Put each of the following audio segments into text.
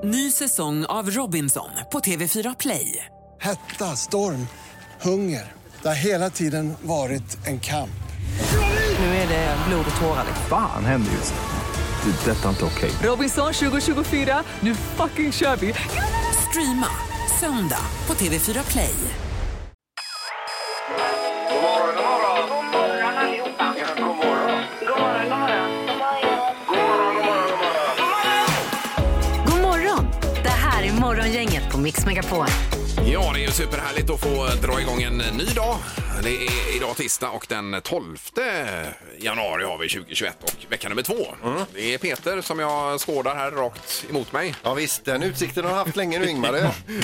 Ny säsong av Robinson på TV4 Play. Hetta, storm, hunger. Det har hela tiden varit en kamp. Nu är det blod och tårar. Fan händer just nu. Det. Detta är inte okej. Robinson 2024, nu fucking kör vi. Streama söndag på TV4 Play. God morgon. Det här är Morgongänget på Mix Megapol. Ja, det är ju superhärligt att få dra igång en ny dag. Det är idag tisdag och den 12 januari har vi 2021 och vecka nummer 2. Det är Peter som jag skådar här rakt emot mig. Ja visst, den utsikten har haft länge nu, Ingmar.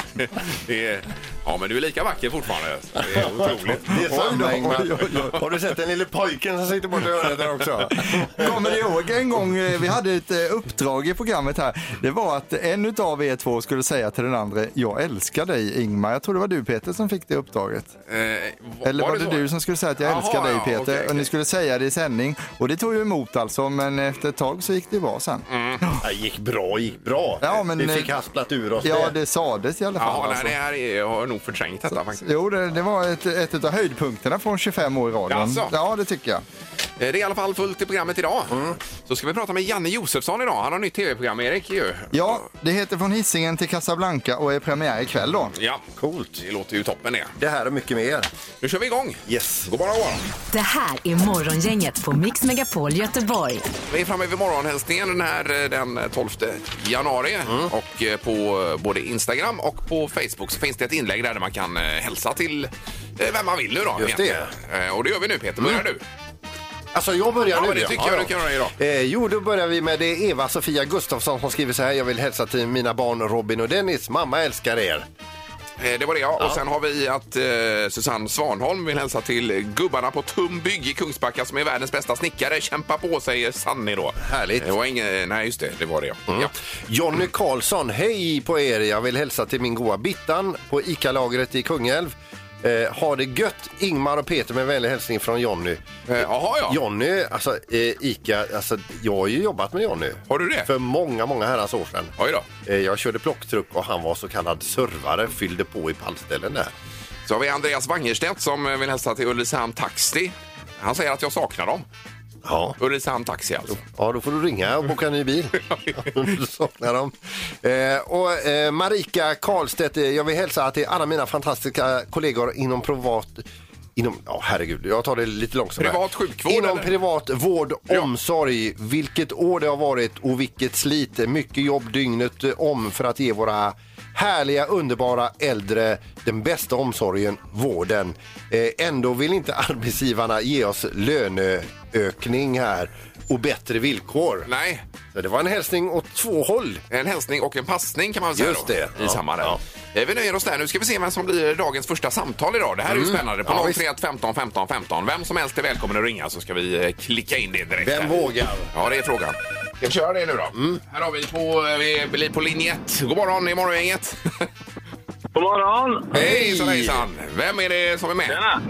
Ja, men du är lika vacker fortfarande. Det är otroligt. Det är samma, Ingmar. Har du sett den lille pojken som sitter bort i örat där också? Kommer ni ihåg en gång vi hade ett uppdrag i programmet här. Det var att en av er två skulle säga till den andra: jag älskar dig, Ingmar. Jag tror det var du, Peter, som fick det uppdraget. Eller var det du som skulle säga att jag älskar dig, Peter? Okay. Och ni skulle säga det i sändning. Och det tog ju emot alltså, men efter ett tag så gick det bra sen. Det gick bra. Ja, men, vi fick hasplat ur oss. Ja, det sades i alla fall. Ja, alltså. Det här jag har nog förträngt detta faktiskt. Jo, det var ett av höjdpunkterna från 25 år i radion. Alltså. Ja, det tycker jag. Det är i alla fall fullt i programmet idag. Så ska vi prata med Janne Josefsson idag. Han har nytt tv-program, Erik. Ju. Ja, det heter Från Hisingen till Casablanca och är premiär ikväll då. Ja, coolt. Det låter ju toppen det. Det här är mycket mer. Nu kör vi igång. Yes. God morgon. Det här är Morgongänget på Mix Megapol Göteborg. Vi är framme vid morgonhälsningen den 12 januari. Och på både Instagram och på Facebook så finns det ett inlägg där man kan hälsa till vem man vill nu då. Just det. Och det gör vi nu, Peter. Börjar du? Alltså jag börjar nu. Ja, det tycker jag du kan göra idag. Jo, då börjar vi med det Eva-Sofia Gustafsson som skriver så här: jag vill hälsa till mina barn Robin och Dennis. Mamma älskar er. Det var det, ja. Och sen har vi att Susanne Svanholm vill hälsa till gubbarna på Tumbygg i Kungsbacka som är världens bästa snickare. Kämpa på, säger Sanni då. Härligt. Det var nej, just det var det. Ja. Jonny Karlsson, hej på er. Jag vill hälsa till min goa Bittan på ICA-lagret i Kungälv. Ha det gött, Ingmar och Peter, med vänlig hälsning från Jonny. Jaha, ja. Jonny, alltså ICA, alltså jag har ju jobbat med Jonny. Har du det? För många herrans år sedan. Oj då. Jag körde plocktruck och han var så kallad servare, fyllde på i pallställen där. Så har vi Andreas Wangerstedt som vill hälsa till Ulricehamn Taxi. Han säger att jag saknar dem. Ja. Ulricehamn Taxi alltså. Ja, då får du ringa och boka en ny bil. Du saknar dem. Marika Karlstedt, jag vill hälsa till alla mina fantastiska kollegor inom herregud, jag tar det lite långsamt. Privat sjukvård inom eller? Privat vård, omsorg. Vilket år det har varit och vilket slit. Mycket jobb dygnet om för att ge våra härliga, underbara äldre den bästa omsorgen, vården. Ändå vill inte arbetsgivarna ge oss löneökning här och bättre villkor. Nej. Så det var en hälsning åt två håll. En hälsning och en passning kan man säga. Just det. I samma där. Ja. Vi nöjer oss där. Nu ska vi se vem som blir dagens första samtal idag. Det här är ju spännande. På 031 15 15 15. Vem som helst är välkommen att ringa så ska vi klicka in det direkt. Vem vågar? Ja, det är frågan. Ska vi köra det nu då? Här har vi blir på linje 1. God morgon, i morgongänget. God morgon! Hejsan. Vem är det som är med? Tjena!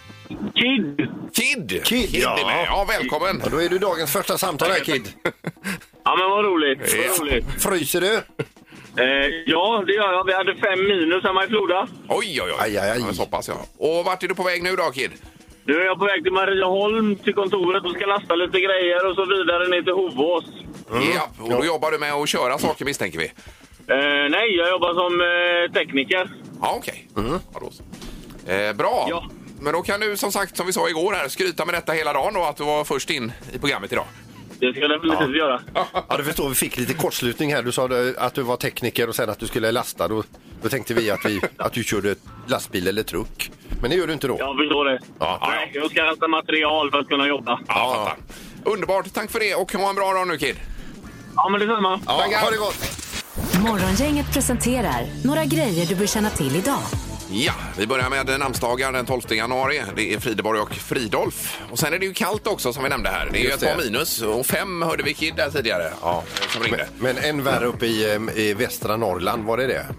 Kid, ja. Är med. Ja, välkommen. Och då är du dagens första samtal här, Kid. Ja, men vad roligt. Fryser du? Ja, det gör jag. Vi hade 5 minus hemma i Floda. Oj. Aj. Ja, så hoppas jag. Och vart är du på väg nu då, Kid? Nu är jag på väg till Marieholm, till kontoret och ska lasta lite grejer och så vidare ner till Hovås. Ja, och då jobbar du med att köra saker, misstänker vi. Nej, jag jobbar som tekniker. Ja, okej. Ja, då så. Bra. Ja. Men då kan du, som sagt, som vi sa igår här, skryta med detta hela dagen då, att du var först in i programmet idag. Det ska jag definitivt göra. Ja, du förstår, vi fick lite kortslutning här. Du sa att du var tekniker och sen att du skulle lasta. Då tänkte vi att du körde lastbil eller truck. Men det gör du inte då. Jag förstår det. Nej, jag ska hämta material för att kunna jobba. Ja, fattar. Underbart, tack för det och ha en bra dag nu, Kid. Ja, men detsamma. Ja, ha det gott. Morgongänget presenterar några grejer du bör känna till idag. Ja, vi börjar med namnsdagar den 12 januari. Det är Frideborg och Fridolf. Och sen är det ju kallt också som vi nämnde här. Det är ju ett par minus. Och 5 hörde vi Kid där tidigare. Ja, som ringde. Men en värre uppe i västra Norrland, var det?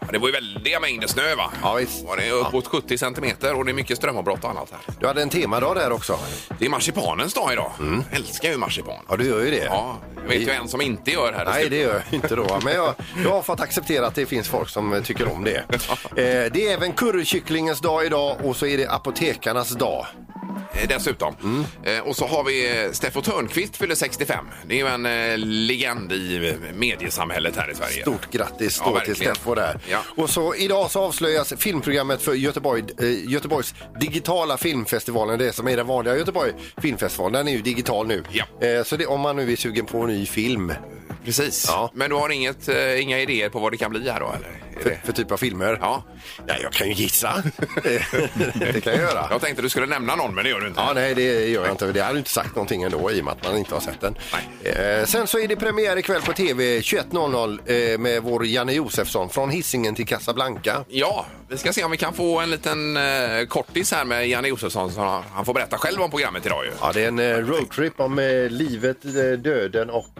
Det var ju väldiga mängder snö, va? Ja, visst. Var det uppåt 70 centimeter och det är mycket strömavbrott och annat här. Du hade en temadag där också. Det är marsipanens dag idag. Jag älskar ju marsipan. Ja, du gör ju det. Ja, jag vet ju en som inte gör här. Nej, det gör jag inte då. Men jag har fått acceptera att det finns folk som tycker om det. Det är även currykycklingens dag idag och så är det apotekarnas dag. Dessutom. Och så har vi Steffo Törnqvist fyller 65. Det är ju en legend i mediesamhället här i Sverige. Stort grattis Ja, då till Steffo där. Ja. Och så idag så avslöjas filmprogrammet för Göteborgs digitala filmfestivalen. Det som är den vanliga Göteborg filmfestival. Den är ju digital nu. Ja. Så det, om man nu är sugen på en ny film. Precis. Ja. Men du har inga idéer på vad det kan bli här då, eller? För typ av filmer? Ja. Nej, jag kan ju gissa. Det kan jag göra. Jag tänkte du skulle nämna någon, men det gör du inte. Ja, nej, det gör jag inte. Det hade inte sagt någonting ändå i och med att man inte har sett den. Sen så är det premiär ikväll på TV 21.00 med vår Janne Josefsson från Hisingen till Casablanca. Ja, vi ska se om vi kan få en liten kortis här med Janne Josefsson så han får berätta själv om programmet idag ju. Ja, det är en roadtrip om livet, döden och...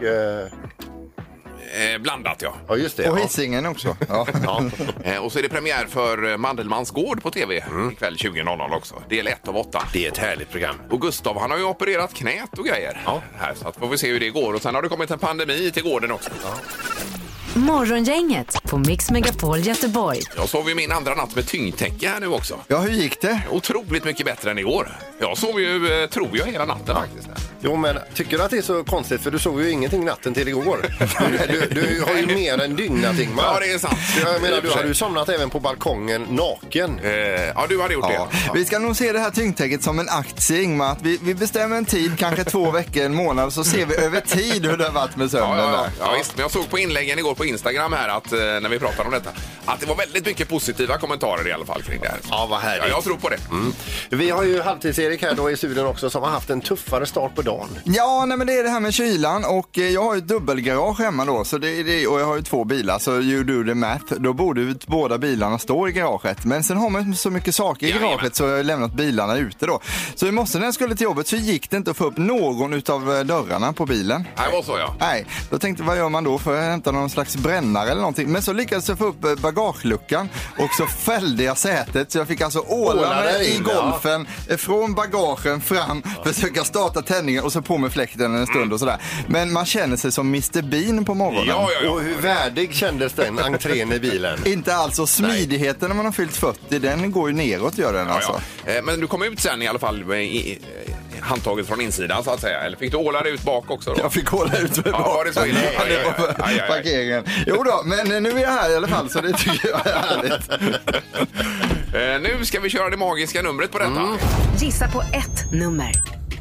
Blandat, ja. Ja, just det. Och ja. Hisingen också. Ja. Och så är det premiär för Mandelmans gård på TV ikväll 20.00 också. Del 1 av 8. Det är ett härligt program. Och Gustav, han har ju opererat knät och grejer. Ja. Här, så att får vi se hur det går. Och sen har det kommit en pandemi till gården också. Ja. Morgongänget på Mix Megapol Göteborg. Jag sov ju min andra natt med tyngdtäcke här nu också. Ja, hur gick det? Otroligt mycket bättre än igår. Jag sov ju, tror jag, hela natten faktiskt. Jo, men tycker du att det är så konstigt? För du såg ju ingenting natten till igår. Du har ju mer än dygnat, Ingmar. Ja, det är sant. Jag menar, du har ju somnat även på balkongen naken. Ja, du hade gjort det. Ja. Ja. Vi ska nog se det här tyngdtäcket som en aktie, Ingmar. Att vi bestämmer en tid, kanske 2 veckor, en månad, så ser vi över tid hur det har varit med sömnen. Ja, visst. Men jag såg på inläggen igår på Instagram här att när vi pratade om detta, att det var väldigt mycket positiva kommentarer i alla fall kring det här. Ja, vad härligt. Ja, jag tror på det. Vi har ju Halvtids-Erik här då i studion också som har haft en tuffare start på dagen. Ja, nej, men det är det här med kylan och jag har ju ett dubbelgarage hemma då så det är det, och jag har ju 2 bilar så you do the math, då borde ju båda bilarna stå i garaget. Men sen har man så mycket saker i garaget så jag har lämnat bilarna ute då. Så i morse när jag skulle till jobbet så gick det inte att få upp någon utav dörrarna på bilen. Nej, var så ja. Nej, då tänkte vad gör man då för att hämta någon slags brännare eller någonting. Men så lyckades jag få upp bagageluckan och så fällde jag sätet så jag fick alltså åla mig i golfen från bagagen fram, försöka starta tändningen och så på med fläkten en stund och sådär. Men man känner sig som Mr. Bean på morgonen. Ja. Och hur värdig kändes den entrén i bilen? Inte alls, och smidigheten när man har fyllt 40, den går ju neråt gör den alltså. Ja. Men du kom ut sen i alla fall med handtaget från insidan så att säga. Eller fick du åla dig ut bak också då? Jag fick hålla ut med bak. Var det så illa? Det var på parkeringen. Jo då, men nu är jag här i alla fall så det tycker jag är härligt. Nu ska vi köra det magiska numret på detta. Gissa på ett nummer.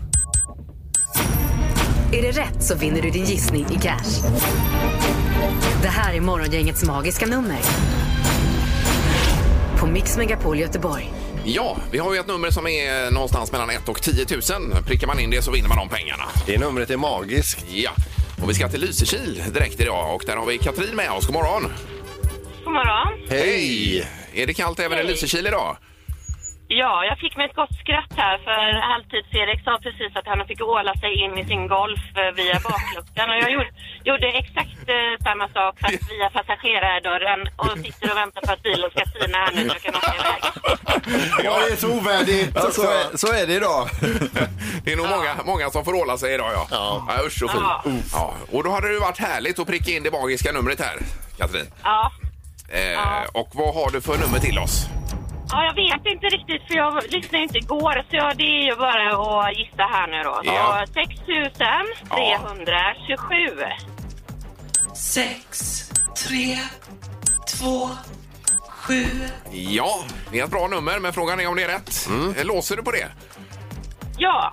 Är det rätt så vinner du din gissning i cash. Det här är Morgongängets magiska nummer. På Mix Megapol Göteborg. Ja, vi har ju ett nummer som är någonstans mellan 1 och 10 000. Prickar man in det så vinner man de pengarna. Det numret är magiskt. Ja, och vi ska till Lysekil direkt idag och där har vi Katrin med oss. God morgon. God morgon. Hej! Är det kallt även i Lysekil idag? Ja, jag fick mig ett gott skratt här för Halvtids-Erik sa precis att han fick åla sig in i sin golf via bakluckan och jag gjorde exakt samma sak fast via passagerardörren och sitter och väntar på att bilen ska tina här nu så jag kan åka iväg. Ja, det är så ovärdigt. Ja, så är det idag. Det är nog många som får åla sig idag, ja. Usch och ja. Och då hade det varit härligt att pricka in det magiska numret här, Katrin. Ja. Och vad har du för nummer till oss? Ja, jag vet inte riktigt för jag lyssnade inte igår så det är ju bara att gissa här nu då. Ja. 6327. 6, 3, 2, 7. Ja, det är ett bra nummer men frågan är om det är rätt. Låser du på det? Ja.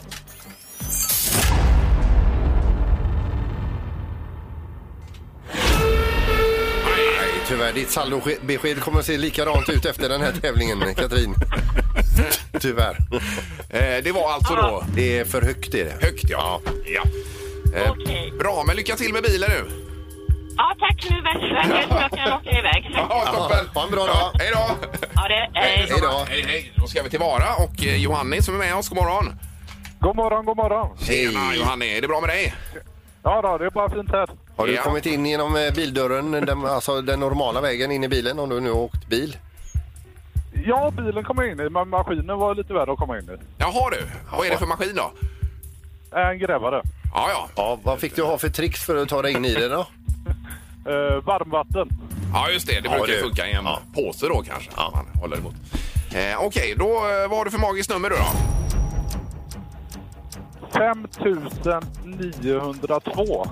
Tyvärr, ditt saldobesked kommer att se likadant ut efter den här tävlingen, Katrin. Tyvärr. Det var alltså då... Det är för högt, det är det. Högt, ja. Okej. Bra, men lycka till med bilen nu. Ja, tack nu världsvägen så jag kan åka iväg. Ja, toppen. Ha en bra dag. Hej då. Ja, det Hej då. Hej. Då ska vi till Vara och Johanni som är med oss. God morgon. God morgon. Tjena, Johanni. Är det bra med dig? Ja då, det är bara fint här. Har du kommit in genom bildörren, alltså den normala vägen in i bilen om du nu har åkt bil? Ja, bilen kom in i, men maskinen var lite värre att komma in i. Jaha du, vad är det för maskin då? En grävare. Ja. Vad fick du ha för tricks för att ta dig in i det då? Varmvatten. Ja, just det. Det brukar ju funka i en påse då kanske. Ja. Man håller emot. Okej, då vad har du för magiskt nummer då? 5902.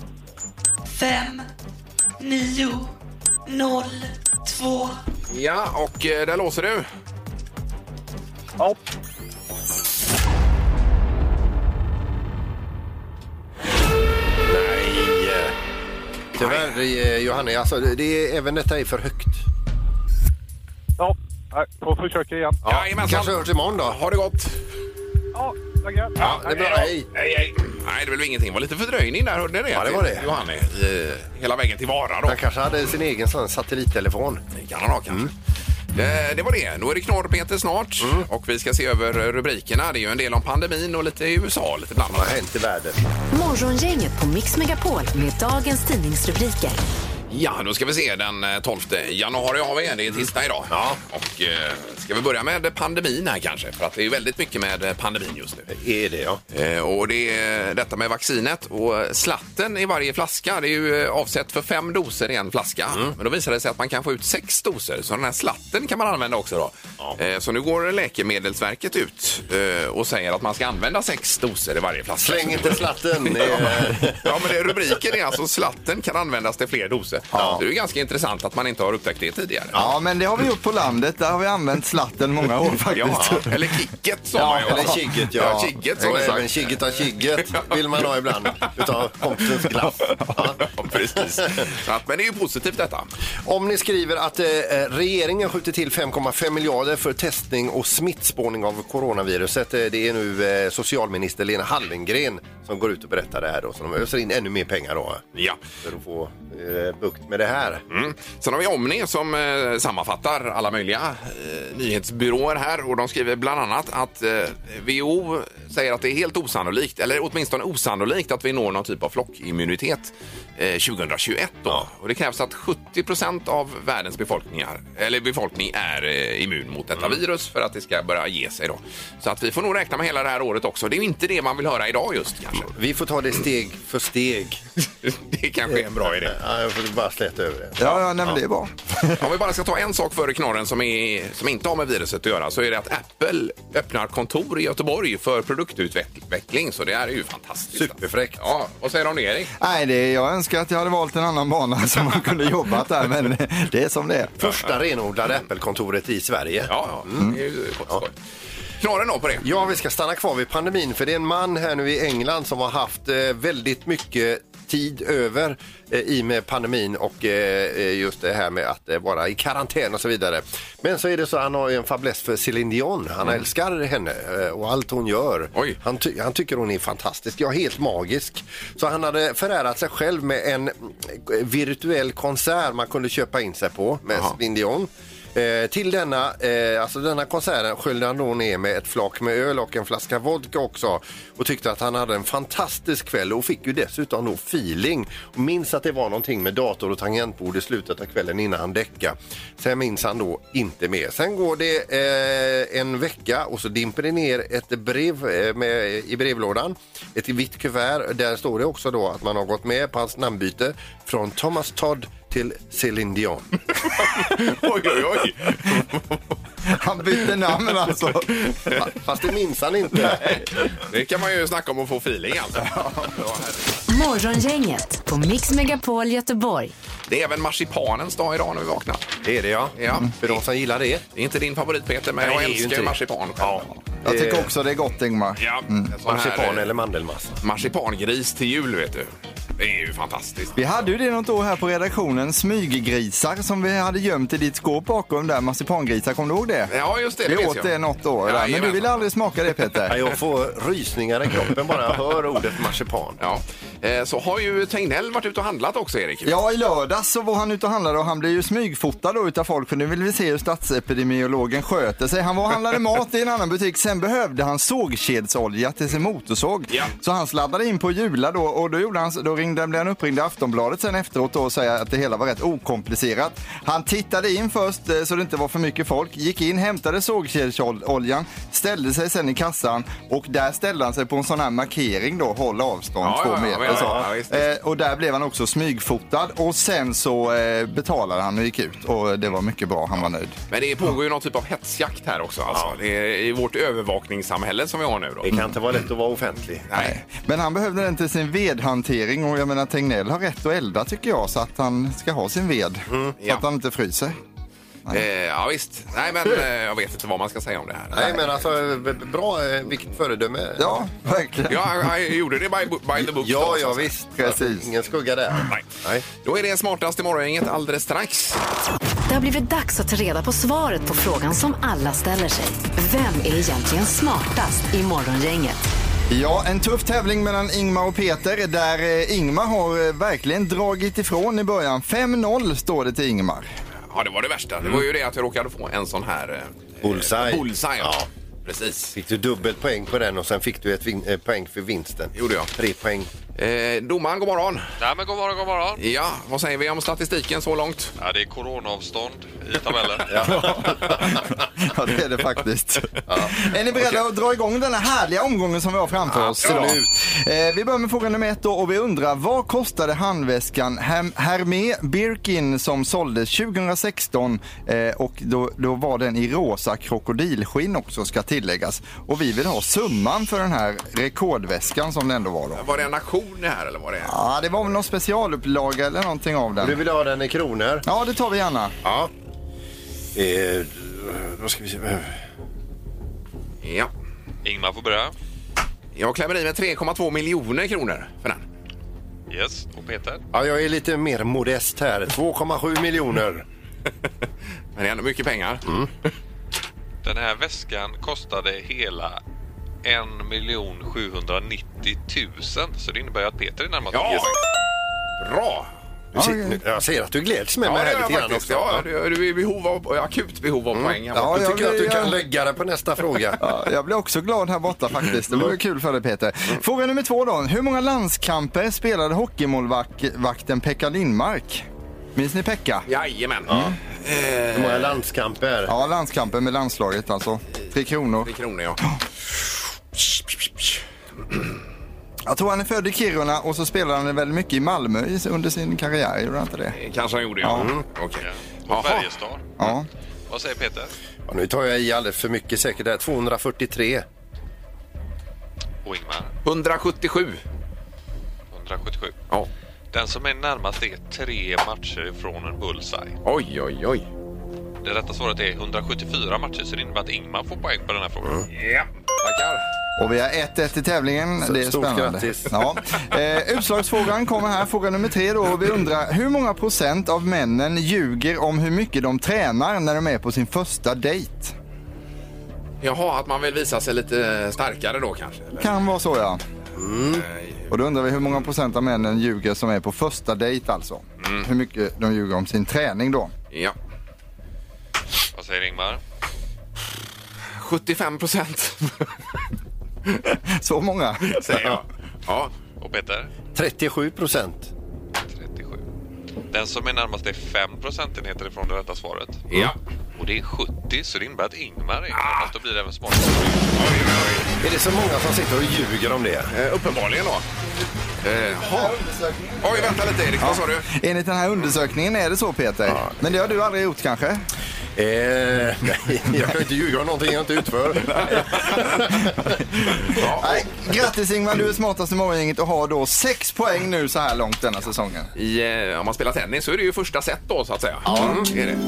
5902. Ja, och där låser du. Ja. Nej. Tyvärr, Johanna, alltså, även detta är för högt. Ja, får försöka igen. Ja, kanske hörs imorgon då. Har det gått? Ja, tackar. Ja, det är bra. Hej. Nej, det blev ingenting. Det var lite fördröjning där, hörde ni det? Ja, det var det. Johanna, hela vägen till Vara då. Han kanske hade sin egen sån satellittelefon. Det kan han ha kanske. Det var det. Då är det knorr, Peter, snart. Och vi ska se över rubrikerna. Det är ju en del om pandemin och lite i USA, lite bland annat. Vad har hänt i världen? Morgongänget på Mix Megapol med dagens tidningsrubriker. Ja, då ska vi se den 12 januari har vi. Det är tisdag idag. Ja. Och ska vi börja med pandemin här kanske? För att det är väldigt mycket med pandemin just nu. Är det, ja. Och det är detta med vaccinet. Och slatten i varje flaska, det är ju avsett för 5 doser i en flaska. Men då visar det sig att man kan få ut 6 doser. Så den här slatten kan man använda också då. Ja. Så nu går Läkemedelsverket ut och säger att man ska använda 6 doser i varje flaska. Släng inte slatten. Ja, men rubriken är alltså slatten kan användas till fler doser. Ja. Det är ju ganska intressant att man inte har upptäckt det tidigare. Ja, men det har vi gjort på landet. Där har vi använt slatten många år faktiskt. Ja, eller kicket som man ju. Eller kigget, ja. Kigget som även kigget av kigget vill man ha ibland. Utav kompisens glass. Ja, precis. Så att, men det är ju positivt detta. Om ni skriver att regeringen skjuter till 5,5 miljarder för testning och smittspårning av coronaviruset. Det är nu socialminister Lena Hallengren som går ut och berättar det här då. Så de öser in ännu mer pengar då. Ja. För att få bukt med det här. Sen har vi Omni som sammanfattar alla möjliga nyhetsbyråer här och de skriver bland annat att WHO säger att det är helt osannolikt, eller åtminstone osannolikt att vi når någon typ av flockimmunitet 2021 då. Ja. Och det krävs att 70% av världens befolkning är immun mot detta virus för att det ska börja ge sig då. Så att vi får nog räkna med hela det här året också. Det är ju inte det man vill höra idag just kanske. Vi får ta det steg för steg. Det kanske är en bra idé. Ja, jag får bara släta över det. Ja, nej, men det är bra. Om vi bara ska ta en sak före knorren som inte har med viruset att göra, så är det att Apple öppnar kontor i Göteborg för produktutveckling, så det är ju fantastiskt. Superfräckt. Ja, vad säger du om det, Erik? Nej, jag önskar att jag hade valt en annan bana som man kunde jobbat där, men det är som det är. Första renodlade Apple-kontoret i Sverige. Ja. Det är ju gott. Knorren då på det? Ja, vi ska stanna kvar vid pandemin, för det är en man här nu i England som har haft väldigt mycket tid över i med pandemin och just det här med att vara i karantän och så vidare. Men så är det så, han har ju en fäbless för Céline Dion. Han älskar henne och allt hon gör. Han tycker hon är fantastisk, ja, helt magisk. Så han hade förärat sig själv med en virtuell konsert man kunde köpa in sig på med Céline Dion. Till denna konserten sköljde han då ner med ett flak med öl och en flaska vodka också och tyckte att han hade en fantastisk kväll och fick ju dessutom då feeling och minns att det var någonting med dator och tangentbord i slutet av kvällen innan han däckade. Sen minns han då inte mer. Sen går det en vecka och så dimper det ner ett brev i brevlådan, ett vitt kuvert. Där står det också då att man har gått med på hans namnbyte från Thomas Todd till Céline Dion. Oj. Han bytte namn alltså. Fast det minns han inte. Nej. Det kan man ju snacka om att få feeling alltså. Morgongänget på Mix Megapol Göteborg. Det är även marsipanens dag idag när vi vaknar. Det är det, ja. För de som gillar det. Det är inte din favorit, Peter, men jag älskar marsipan. Ja. Jag tycker också det är gott, Ingmar. Ja. Marsipan eller mandelmassa. Marsipangris till jul, vet du. Det är ju fantastiskt. Vi hade ju det något år här på redaktionen, smyggrisar som vi hade gömt i ditt skåp bakom där, marsipangrisar, kommer du ihåg det? Ja, just det. Vi åt det något år där, men du ville aldrig smaka det, Peter. Jag får rysningar i kroppen bara jag hör ordet marsipan. Ja. Så har ju Tegnell varit ute och handlat också, Erik. Ja, i lördags så var han ute och handlade och han blev ju smygfotad då utav folk, för nu vill vi se hur statsepidemiologen sköter sig. Han var och handlade mat i en annan butik, sen behövde han sågkedsolja till sin motorsåg. Ja. Så han sladdade in på Jula då, och då blev han uppringd i Aftonbladet sen efteråt då och säga att det hela var rätt okomplicerat. Han tittade in först så det inte var för mycket folk, gick in, hämtade sågkedsoljan, ställde sig sen i kassan och där ställde han sig på en sån här markering då, håll avstånd 2 meter. Och där blev han också smygfotad och sen så betalade han och gick ut och det var mycket bra, han var nöjd. Men det pågår ju någon typ av hetsjakt här också. Alltså. Det är i vårt övervakningssamhälle som vi har nu då. Det kan inte vara lätt att vara offentlig. Nej. Men han behövde den till sin vedhantering och jag menar Tegnell har rätt att elda tycker jag, så att han ska ha sin ved så att han inte fryser. Ja visst. Nej men jag vet inte vad man ska säga om det här. Nej men alltså bra, vilket föredöme. Ja, verkligen. Ja, jag gjorde det by the book. Ja, då, ja visst. Precis. Ingen skugga där. Nej. Då är det smartast i morgongänget alldeles strax. Det har blivit dags att ta reda på svaret på frågan som alla ställer sig. Vem är egentligen smartast i morgongänget? Ja, en tuff tävling mellan Ingmar och Peter där Ingmar har verkligen dragit ifrån i början. 5-0 står det till Ingmar. Ja, det var det värsta. Det var ju det att jag råkade få en sån här bullseye. Ja. Precis. Fick du dubbelt poäng på den och sen fick du ett poäng för vinsten. Gjorde jag. 3 poäng. Domaren, god morgon. Nej, men god morgon. Ja, vad säger vi om statistiken så långt? Ja, det är coronaavstånd i tabellen. Ja, det är det faktiskt. Är ni beredda att dra igång den här härliga omgången som vi har framför oss idag? Vi börjar med fråga nummer 1 då, och vi undrar, vad kostade handväskan Hermé Birkin som såldes 2016 och då var den i rosa krokodilskinn också, ska tilläggas. Och vi vill ha summan för den här rekordväskan som det ändå var då. Var det en aktion här eller var det? Ja, det var väl någon specialupplaga eller någonting av den. Du vill ha den i kronor? Ja, det tar vi gärna. Ja. Då ska vi se. Ja. Ingmar får börja. Jag klämmer i med 3,2 miljoner kronor för den. Yes, och Peter? Ja, jag är lite mer modest här. 2,7 miljoner. Men det är ändå mycket pengar. Den här väskan kostade hela 1 790 000. Så det innebär att Peter är närmast. Ja, bra. Jag ser att du gläds med mig här lite grann också. Ja, du är i akut behov av poäng. Ja, jag tycker att du kan lägga det på nästa fråga. Ja, jag blir också glad här borta faktiskt. Det var ju kul för dig, Peter. Fråga nummer 2 då. Hur många landskamper spelade hockeymålvakten Pekka Lindmark? Minns ni Pekka? Jajamän. Hur många landskamper? Ja, landskamper med landslaget alltså. 3 kronor. 3 kronor, ja. Jag tror han är född i Kiruna och så spelade han väldigt mycket i Malmö under sin karriär, gjorde han inte det? Kanske han gjorde, ja. Okej. Och Färjestad. Ja. Vad säger Peter? Ja, nu tar jag i alldeles för mycket säkert där. 243. Och Ingmar? 177. 177. Ja. Den som är närmast är 3 matcher ifrån en bullseye. Oj. Det rätta svaret är 174 matcher, så det innebär att Ingmar får poäng på den här frågan. Ja, tackar. Och vi har 1-1 i tävlingen. Så det är spännande. grattis. Ja. Utslagsfrågan kommer här, fråga nummer 3 då. Och vi undrar, hur många procent av männen ljuger om hur mycket de tränar när de är på sin första dejt? Jaha, att man vill visa sig lite starkare då kanske? Eller? Kan vara så, ja. Och då undrar vi hur många procent av männen ljuger som är på första dejt alltså. Hur mycket de ljuger om sin träning då. Ja. Vad säger Ingmar? 75%. Så många. Säger jag. Ja. Och Peter? 37%. 37. Den som är närmast är 5 procentenheter ifrån det rätta svaret. Ja. Och det är 70, så det innebär att Ingmar är närmast. Då blir det även smart. Är det så många som sitter och ljuger om det? Uppenbarligen då. Oj, vänta lite Erik, vad sa du? Enligt den här undersökningen är det så, Peter. Ja. Men det har du aldrig gjort kanske? Nej, jag kan inte ljuga om någonting jag inte utför. Nej, grattis Ingmar, du är smartast i morgongänget och har då 6 poäng nu så här långt denna säsongen. Om man spelar tennis så är det ju första set då så att säga. Ja. Är det.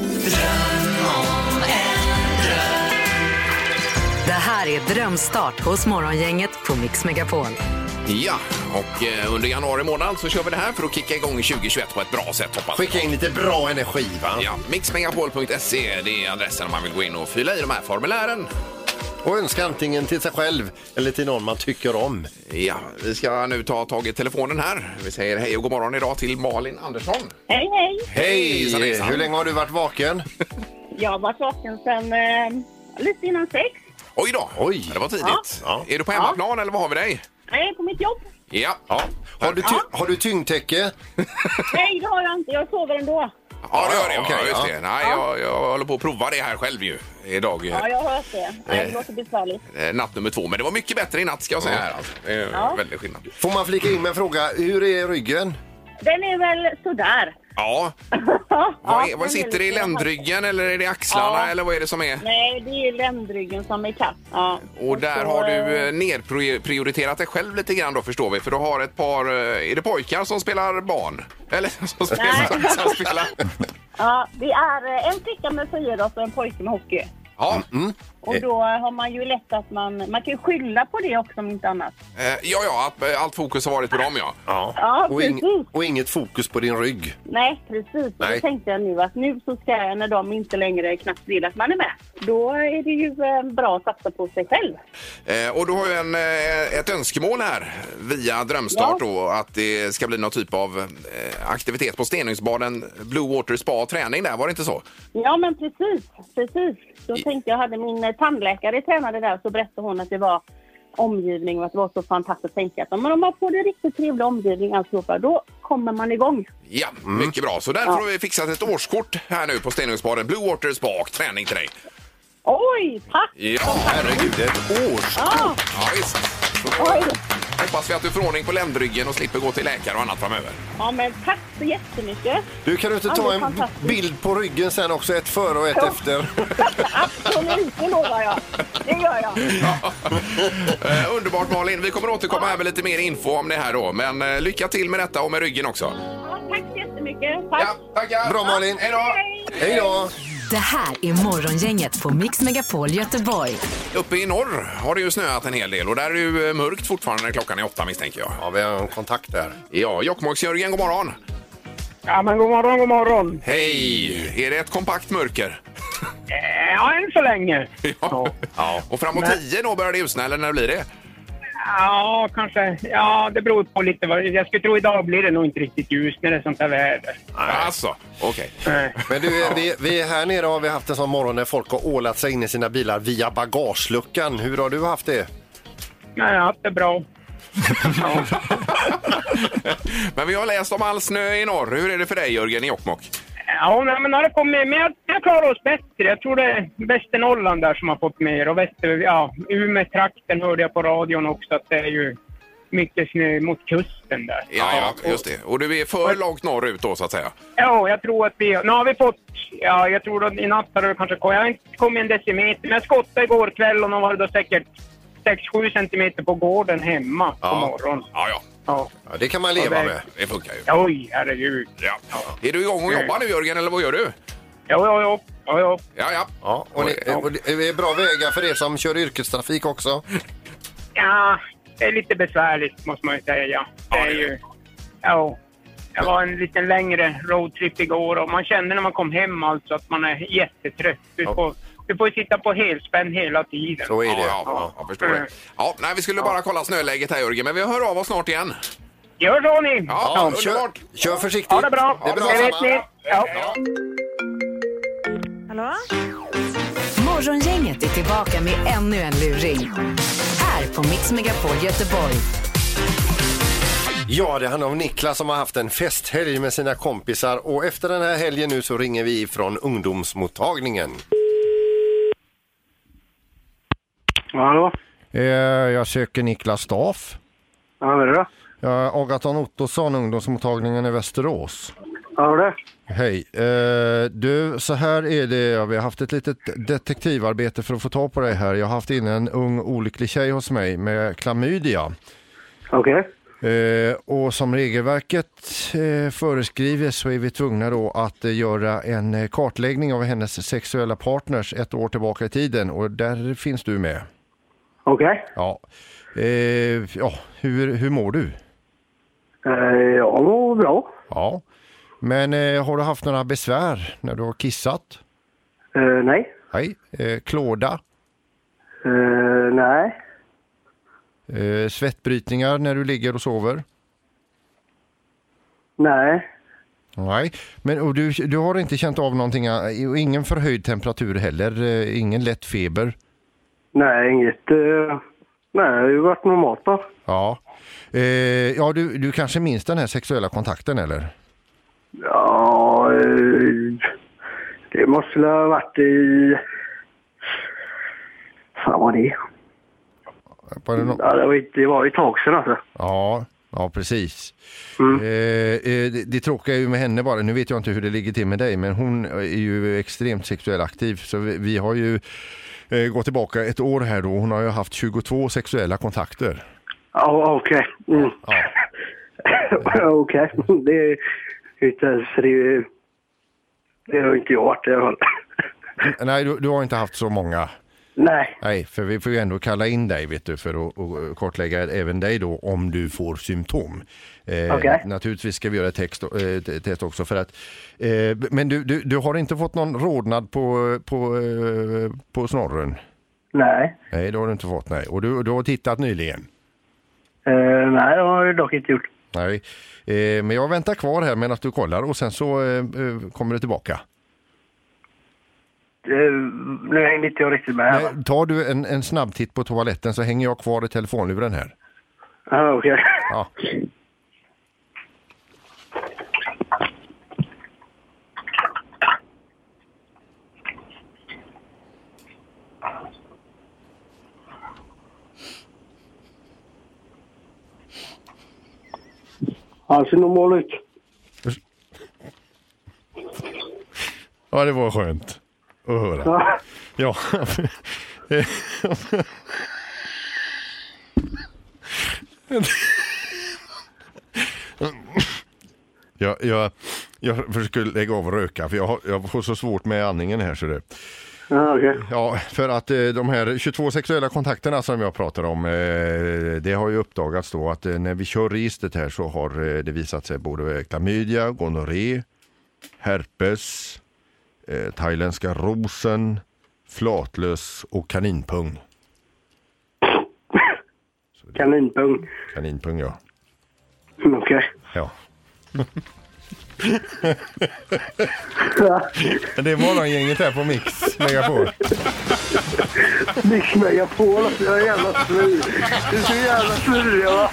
Det här är Drömstart hos morgongänget på Mix Megapol. Ja, och under januari månad så kör vi det här för att kicka igång 2021 på ett bra sätt, hoppas. Skicka in lite bra energi, va? Ja, mixmegapol.se, det är adressen om man vill gå in och fylla i de här formulären. och önska antingen till sig själv eller till någon man tycker om. Ja, vi ska nu ta tag i telefonen här. Vi säger hej och god morgon idag till Malin Andersson. Hej, hej. Hej! Hur länge har du varit vaken? Jag har varit vaken sedan lite innan 6. Oj då, det var tidigt. Ja. Är du på hemmaplan eller vad har vi dig? Nej, på mitt jobb. Ja. Har du tyngdtäcke? Nej, det har jag inte. Jag sover ändå. Ja, det gör det. Okay, just det. Nej, jag håller på att prova det här själv ju idag. Ja, jag har hört det. Nej, det låter besvärligt. Natt nummer 2, men det var mycket bättre i natt ska jag säga här. Alltså. Det är väldigt skillnad. Får man flika in med en fråga, hur är ryggen? Den är väl sådär. Ja. Vad sitter det i ländryggen eller är det axlarna eller vad är det som är? Nej, det är ländryggen som är katt. Ja. Och där har du nedprioriterat dig själv lite grann då förstår vi. För du har ett par, är det pojkar som spelar barn? Eller som spelar? Ja, det är en flicka med 4 och en pojke med hockey. Ja. Och då har man ju lätt att man kan ju skylla på det också om inte annat. Att allt fokus har varit på dem, Ja, precis. Och inget fokus på din rygg. Nej, precis. Nej. Då tänkte jag nu att nu så ska jag, när de inte längre knappt vill att man är med, då är det ju bra att satsa på sig själv. Och du har ju ett önskemål här via Drömstart då, att det ska bli någon typ av aktivitet på Stenungsbaden, Blue Water Spa och träning där, var det inte så? Ja, men precis. Då tänkte jag, hade min tandläkare tränade där, så berättade hon att det var omgivning och att det var så fantastiskt. Tänkte att om man får det riktigt trevlig omgivning alltihopa, då kommer man igång. Ja, mycket bra. Så därför har vi fixat ett årskort här nu på Stenungsbaden, Blue Water Spa och träning till dig. Oj, tack! Ja, herregud, ett årskort. Ja, visst. Oj. Hoppas vi att du får ordning på ländryggen och slipper gå till läkare och annat framöver. Ja, men tack så jättemycket. Du, kan du inte ta en bild på ryggen sen också, ett före och ett efter? Absolut, det lovar jag. Det gör jag. Underbart Malin, vi kommer återkomma här med lite mer info om det här då. Men lycka till med detta och med ryggen också. Ja, tack så jättemycket. Tack. Ja, tackar. Bra Malin. Hej då. Hej då. Det här är Morgongänget på Mix Megapol Göteborg. Uppe i norr har det ju snöat en hel del och där är det ju mörkt fortfarande när klockan är 8 misstänker jag. Ja, vi har en kontakt där. Ja, Jokkmokks-Jörgen, god morgon. Ja, men god morgon. Hej! Är det ett kompakt mörker? Ja, än så länge. Ja. Och framåt 10 då börjar det ljusna, eller när blir det? Ja, kanske. Ja, det beror på lite. Jag skulle tro idag blir det nog inte riktigt ljus när det är sånt här väder. Alltså, okej. Men du, vi här nere har vi haft en sån morgon när folk har ålat sig in i sina bilar via bagageluckan. Hur har du haft det? Nej, jag har haft det bra. Men vi har läst om all snö i norr. Hur är det för dig, Jörgen, i Jokkmokk? Ja, men när det kommer med, jag klarar oss bättre. Jag tror det är Västernorrland där som har fått mer. Och Umeå-trakten hörde jag på radion också att det är ju mycket snö mot kusten där. Ja, just det. Och du är för långt norrut då, så att säga? Ja, jag tror att nu har vi fått, jag tror att i natt har det kanske jag har inte kommit en decimeter. Men jag skottade igår kväll och nu var det då säkert 6-7 centimeter på gården hemma på morgonen. Ja, det kan man leva med. Det funkar ju. Oj, herregud. Ja. Är du igång och jobbar nu, Jörgen, eller vad gör du? Ja. Ja, och det är bra vägar för er som kör yrkestrafik också. Ja, det är lite besvärligt måste man ju säga. Det är ju, jag var en liten längre roadtrip igår och man kände när man kom hem alltså att man är jättetrött. Du får sitta på helspänn hela tiden. Så är det. Ja, jag förstår det. Ja, nej, vi skulle bara kolla snöläget här, Jörgen, men vi hör av oss snart igen. Gör så ni. Ja, underbart. Kör försiktigt. Ja, det är bra. Det är bra. Det vet ni. Ja. Hallå? Morgongänget är tillbaka med ännu en luring. Här på Mix Megapol Göteborg. Ja, det handlar om Niklas som har haft en festhelg med sina kompisar. Och efter den här helgen nu så ringer vi från ungdomsmottagningen. Hallå? Jag söker Niklas Staff. Ja, vad är det då? Agaton Ottosson, ungdomsmottagningen i Västerås. Ja, det. Hej. Du, så här är det. Vi har haft ett litet detektivarbete för att få tag på dig här. Jag har haft in en ung olycklig tjej hos mig med klamydia. Okej. Och som regelverket föreskriver så är vi tvungna då att göra en kartläggning av hennes sexuella partners 1 år tillbaka i tiden. Och där finns du med. Okej. Ja. Hur mår du? Jag mår bra. Ja. Men har du haft några besvär när du har kissat? Nej. Nej. Klåda? Nej. Svettbrytningar när du ligger och sover? Nej. Nej, men och du har inte känt av någonting, ingen förhöjd temperatur heller, ingen lätt feber? Nej, inget. Nej, det har ju varit normalt då. Ja. Ja, du kanske minns den här sexuella kontakten, eller? Ja, det måste ha varit i... Fan vad det? Ja, det var ett tag sedan alltså. Ja, precis. Det tråkiga är ju med henne bara, nu vet jag inte hur det ligger till med dig, men hon är ju extremt sexuellt aktiv, så vi har ju gått tillbaka ett år här då. Hon har ju haft 22 sexuella kontakter. Ja, okej. Ja. Okej, det är inte så det har inte jag varit i alla fall. Nej, du har inte haft så många. Nej, för vi får ju ändå kalla in dig, vet du, för att kartlägga även dig då om du får symptom. Naturligtvis ska vi göra ett test också för att men du har inte fått någon rodnad på snorren? Nej. Nej, det har du inte fått, nej. Och du har tittat nyligen? Nej, det har jag dock inte gjort. Nej, men jag väntar kvar här medan du kollar och sen så kommer du tillbaka. Nu hängde inte jag riktigt med. Nej, tar du en snabb titt på toaletten så hänger jag kvar i telefonluren här. Ja, okej. Ja. Han ser normal ut. Ja, det var skönt att höra. Ja. Jag försöker lägga av och röka för jag får så svårt med andningen här så det. Ja, för att de här 22 sexuella kontakterna som jag pratar om, det har ju uppdagats då att när vi kör registret här så har det visat sig både klamydia, gonorré, herpes, thailändska rosen, flatlös och kaninpung. Kaninpung? Kaninpung, ja. Okej. Ja. Det är morgongänget här på Mix Megapol. Mix Megapol, jag är jävla svin. Du är så jävla svin, va?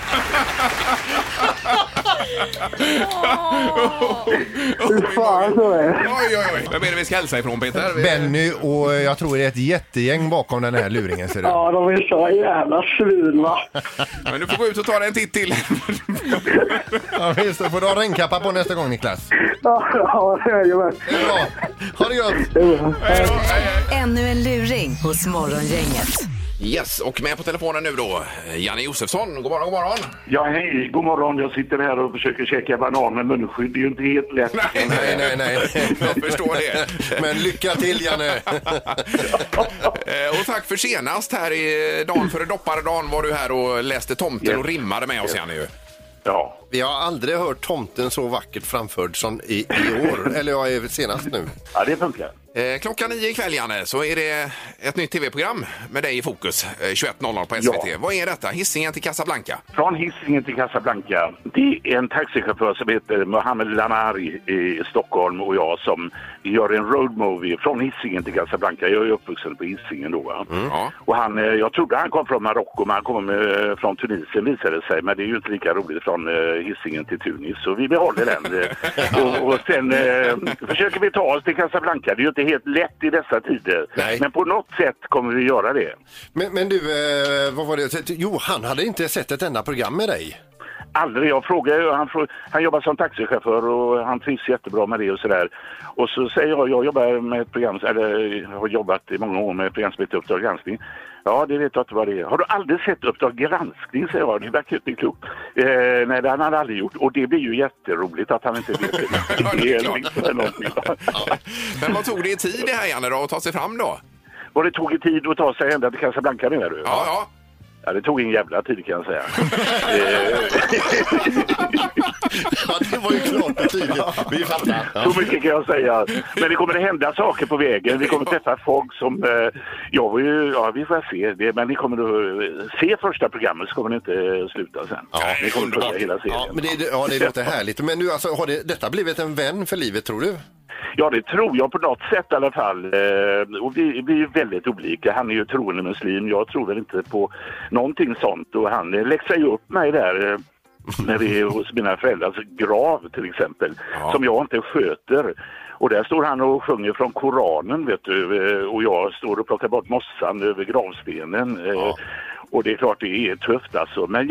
Hur fan så är det? Oj. Vem är det vi ska hälsa ifrån, Peter? Benny, och jag tror det är ett jättegäng bakom den här luringen, ser du. Ja, de är så jävla svin, va? Men du får gå ut och ta en titt till. Ja, just det. Får du ha regnkappa på nästa gång, Niklas? Ja, det är ju väl. Det är bra. Ha det gott. Ännu en luring hos morgongänget. Yes, och med på telefonen nu då, Janne Josefsson. God morgon, god morgon. Ja, hej. God morgon. Jag sitter här och försöker käka banan med munskydd. Det är ju inte helt lätt. Nej. Jag förstår det. Men lycka till, Janne. Och tack för senast här i dagen före dopparedagen var du här och läste tomten och rimmade med oss, Janne ju. Ja. Vi har aldrig hört tomten så vackert framförd som i år. Eller jag är senast nu. Ja, det funkar. Klockan 9 ikväll, Janne, så är det ett nytt tv-program med dig i fokus. 21.00 på SVT. Ja. Vad är detta? Hisingen till Casablanca? Från Hisingen till Casablanca. Det är en taxichaufför som heter Mohammed Lamari i Stockholm och jag som gör en road movie från Hisingen till Casablanca. Jag är uppvuxen på Hisingen då. Va? Ja. Och jag trodde han kom från Marocko, men han kom från Tunisien visade sig. Men det är ju inte lika roligt från Hisingen till Tunis. Så vi behåller den. och sen försöker vi ta oss till Casablanca. Det är ju inte helt lätt i dessa tider. Nej. Men på något sätt kommer vi göra det. Men du, vad var det? Jo, han hade inte sett ett enda program med dig. Aldrig. Jag frågar, han jobbar som taxichaufför och han trivs jättebra med det och sådär. Och så säger jag jobbar med ett program, eller har jobbat i många år med ett program som heter Uppdrag granskning. Ja, det vet jag inte vad det är. Har du aldrig sett Uppdrag granskning, säger jag. Det verkar inte klokt. Nej, det har han aldrig gjort. Och det blir ju jätteroligt att han inte vet det. Men vad tog det i tid det här, Janne, då, att ta sig fram då? Vad det tog i tid att ta sig ända till Casablanca, menar du? Ja. Ja, det tog en jävla tid kan jag säga. Ja, det var ju klart och tydligt. Vi fattar. Ja. Så mycket kan jag säga. Men det kommer att hända saker på vägen. Vi kommer att träffa folk som... vi får se det. Men ni kommer att se första programmet så kommer ni inte sluta sen. Ja, ni kommer att följa hela serien. Ja, men det låter härligt. Men nu, alltså, har detta blivit en vän för livet, tror du? Ja, det tror jag på något sätt i alla fall. Och vi är väldigt olika. Han är ju troende muslim. Jag tror väl inte på någonting sånt. Och han läxar ju upp mig där när vi är hos mina föräldrars grav till exempel. Ja. Som jag inte sköter. Och där står han och sjunger från Koranen, vet du. Och jag står och plockar bort mossan över gravstenen. Ja. Och det är klart det är tufft alltså. Men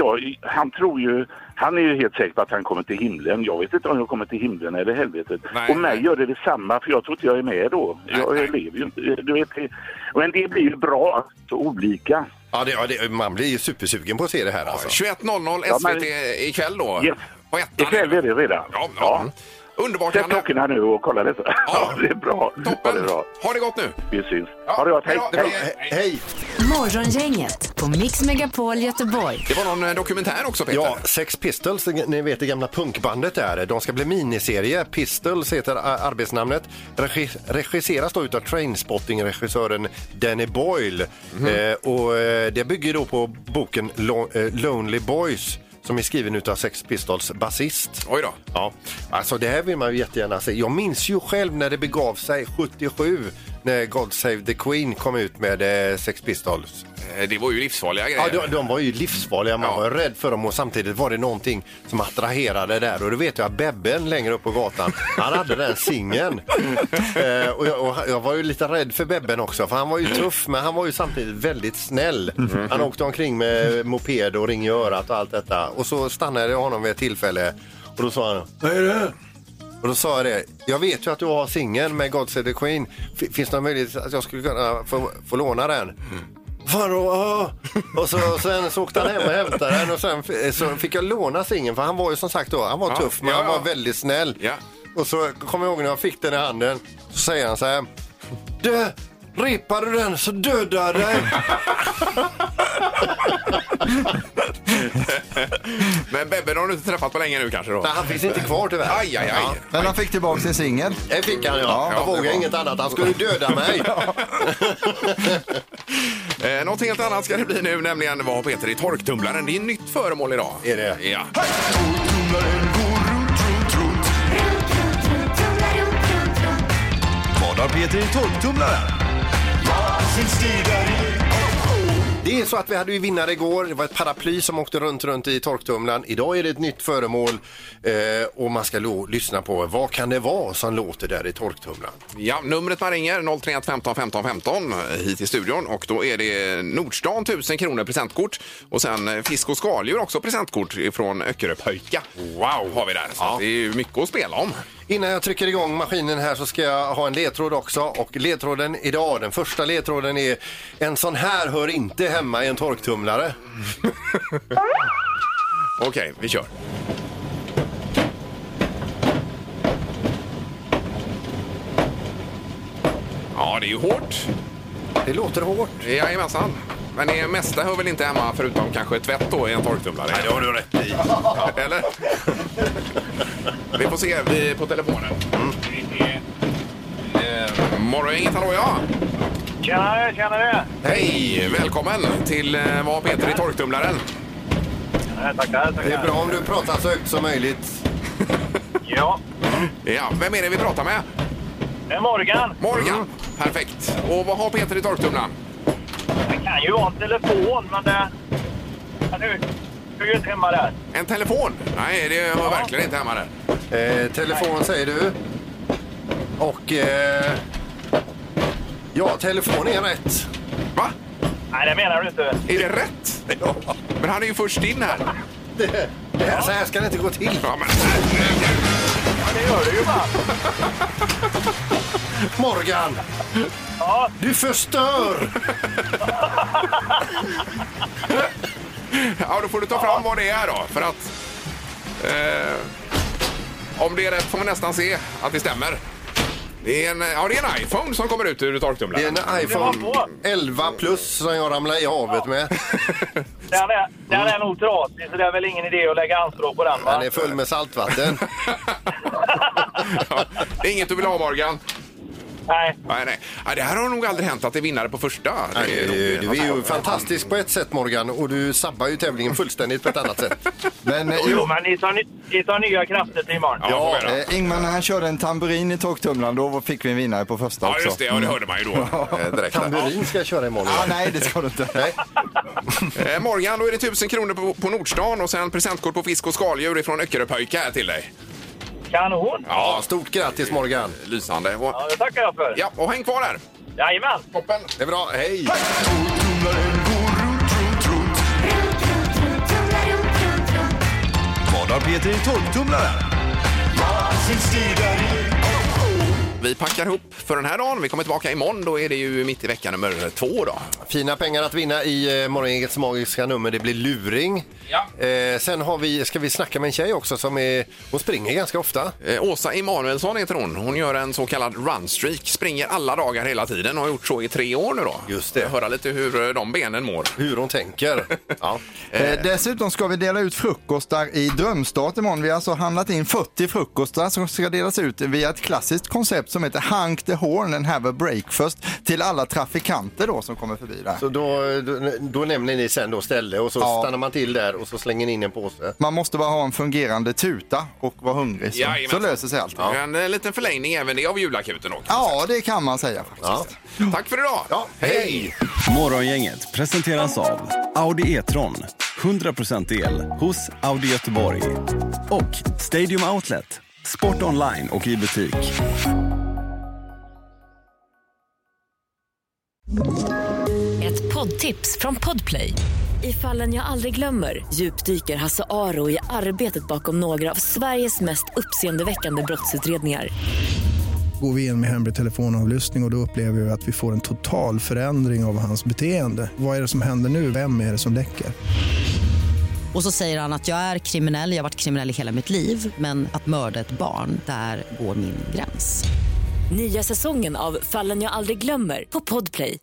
han är ju helt säker på att han kommer till himlen. Jag vet inte om jag kommer till himlen eller helvetet. Nej, och mig gör det detsamma, för jag tror inte jag är med då. Jag lever ju inte. Du vet, men det blir ju bra, så olika. Ja, man blir ju supersugen på att se det här alltså. 21.00 SVT ikväll då? Yes. På ettan. Ikväll är det redan. Ja. Underbart. Sätt klockorna nu och kolla detta. Ja, det är bra. Toppen. Ja, det är bra. Ha det gott nu. Vi syns. Ha det gott. Hej. Morgongänget på Mix Megapol Göteborg. Det var någon dokumentär också, Peter. Ja, Sex Pistols, ni vet det gamla punkbandet där. De ska bli miniserie. Pistols heter arbetsnamnet. Regisseras då utav Trainspotting-regissören Danny Boyle. Och det bygger då på boken Lonely Boys, som är skriven utav Sex Pistols basist. Oj då. Ja, alltså det här vill man ju jättegärna se. Jag minns ju själv när det begav sig 77 när God Save the Queen kom ut med Sex Pistols. Det var ju livsfarliga grejer. Ja, de var ju livsfarliga. Man var rädd för dem och samtidigt var det någonting som attraherade där. Och då vet jag att Bebben längre upp på gatan, han hade den singeln. Och jag var ju lite rädd för Bebben också, för han var ju tuff, men han var ju samtidigt väldigt snäll. Han åkte omkring med moped och ring i örat och allt detta. Och så stannade jag honom vid ett tillfälle och då sa han: vad är det? Och då sa jag det: jag vet ju att du har singeln med God Save the Queen. Finns det någon möjlighet att jag skulle kunna få låna den? Och sen så åkte han hem och hämtade den. Och sen så fick jag låna singeln, för han var ju som sagt då, han var tuff, men han var väldigt snäll. Och så kommer jag ihåg när jag fick den i handen, så säger han så här: du, rippar du den så dödar dig. Men Bebben har du inte träffat på länge nu kanske då? Nej, han finns inte kvar tyvärr. Aj. Ja. Men han fick tillbaka sin singel. Det fick han, jag vågar inget annat. Han skulle döda mig. Något helt annat ska det bli nu, nämligen vad Peter i torktumlaren. Det är nytt föremål idag. Är det? Ja. Vad har Peter i torktumlaren? Det är så att vi hade ju vinnare igår. Det var ett paraply som åkte runt i torktumlaren. Idag är det ett nytt föremål och man ska lyssna på vad kan det vara som låter där i torktumlaren. Ja, numret man ringer 031 15 15 15 hit i studion, och då är det Nordstan 1000 kronor presentkort och sen fisk och skaldjur också presentkort från Öckeröpöjka. Wow, har vi där. Så det är ju mycket att spela om. Innan jag trycker igång maskinen här så ska jag ha en ledtråd också, och ledtråden idag, den första ledtråden är: en sån här hör inte hemma i en torktumlare. Okej, vi kör. Ja, det är ju hårt. Det låter hårt. Jajamensan. Men det mesta hör väl inte hemma förutom kanske tvätt då i en torktumlare? Nej, det har du rätt i. Eller? Vi får se på telefonen. Morgongänget, hallå ja! Tjenare! Hej, välkommen till vad Peter i torktumlaren. Tackar. Det är bra om du pratar så högt som möjligt. Ja. Ja, vem är det vi pratar med? Det är Morgan. Perfekt. Och vad har Peter i torktumlaren? Det kan ju vara en telefon, men det... Nu är ju inte hemma där. En telefon? Nej, det hör verkligen inte hemma där. Telefon säger du. Och... ja, telefon är rätt. Va? Nej, det menar du inte. Är det rätt? Ja. Men han är ju först in här. Så här ska det inte gå till. Ja, men... Ja, det gör det ju bara. Morgan! Ja? Du förstör! Ja, då får du ta fram vad det är då. För att... om det är rätt får man nästan se att det stämmer. Det är en iPhone som kommer ut ur torktumlaren. Det är en iPhone 11 Plus som jag ramlar i havet med. Den är nog trasig, så det är väl ingen idé att lägga anspråk på den, va? Den är full med saltvatten. Ja, det är inget du vill ha, Morgan? Nej. Ja, det här har nog aldrig hänt att det är vinnare på första. Du är ju fantastisk på ett sätt, Morgan, och du sabbar ju tävlingen fullständigt på ett annat sätt. Men ni tar nya krafter till imorgon. Ja, Ingmar, när han körde en tamburin i torktumlaren, då fick vi en vinnare på första också. Ja, just det. Ja, det hörde man ju då. Direkt. Tamburin ska jag köra imorgon. Nej, det ska du inte. Morgan, då är det 1000 kronor på Nordstan och sen presentkort på fisk och skaldjur ifrån Öckeröpöjka här till dig. Kanon! Ja, stort grattis, Morgan. Lysande. Ja, det tackar jag för. Ja, och häng kvar där. Jajamän. Toppen. Det är bra, hej! Vad har Peter i torktumlaren? Vi packar ihop för den här dagen. Vi kommer tillbaka imorgon. Då är det ju mitt i vecka nummer 2 då. Fina pengar att vinna i Morgongängets magiska nummer. Det blir luring. Ja. Sen ska vi snacka med en tjej också hon springer ganska ofta. Åsa Emanuelsson heter hon. Hon gör en så kallad runstreak. Springer alla dagar hela tiden och har gjort så i 3 år nu då. Just det. Höra lite hur de benen mår. Hur hon tänker. Ja. Dessutom ska vi dela ut frukostar i Drömstart imorgon. Vi har alltså handlat in 40 frukostar som ska delas ut via ett klassiskt koncept som heter Hank the Horn and Have a Breakfast till alla trafikanter då som kommer förbi där. Så då nämner ni sen då ställe och så stannar man till där och så slänger ni in en påse. Man måste bara ha en fungerande tuta och vara hungrig så löser sig allt. Ja. En liten förlängning även det av julakuten också. Ja, det kan man säga faktiskt. Ja. Tack för idag. Ja, hej! Morgongänget presenteras av Audi E-tron. 100% el hos Audi Göteborg. Och Stadium Outlet. Sport online och i butik. Ett poddtips från Podplay. I Fallen jag aldrig glömmer djupdyker Hasse Aro i arbetet bakom några av Sveriges mest uppseendeväckande brottsutredningar. Går vi in med hemlig telefonavlyssning och då upplever vi att vi får en total förändring av hans beteende. Vad är det som händer nu? Vem är det som läcker? Och så säger han att jag är kriminell, jag har varit kriminell i hela mitt liv. Men att mörda ett barn, där går min gräns. Nya säsongen av Fallen jag aldrig glömmer på Podplay.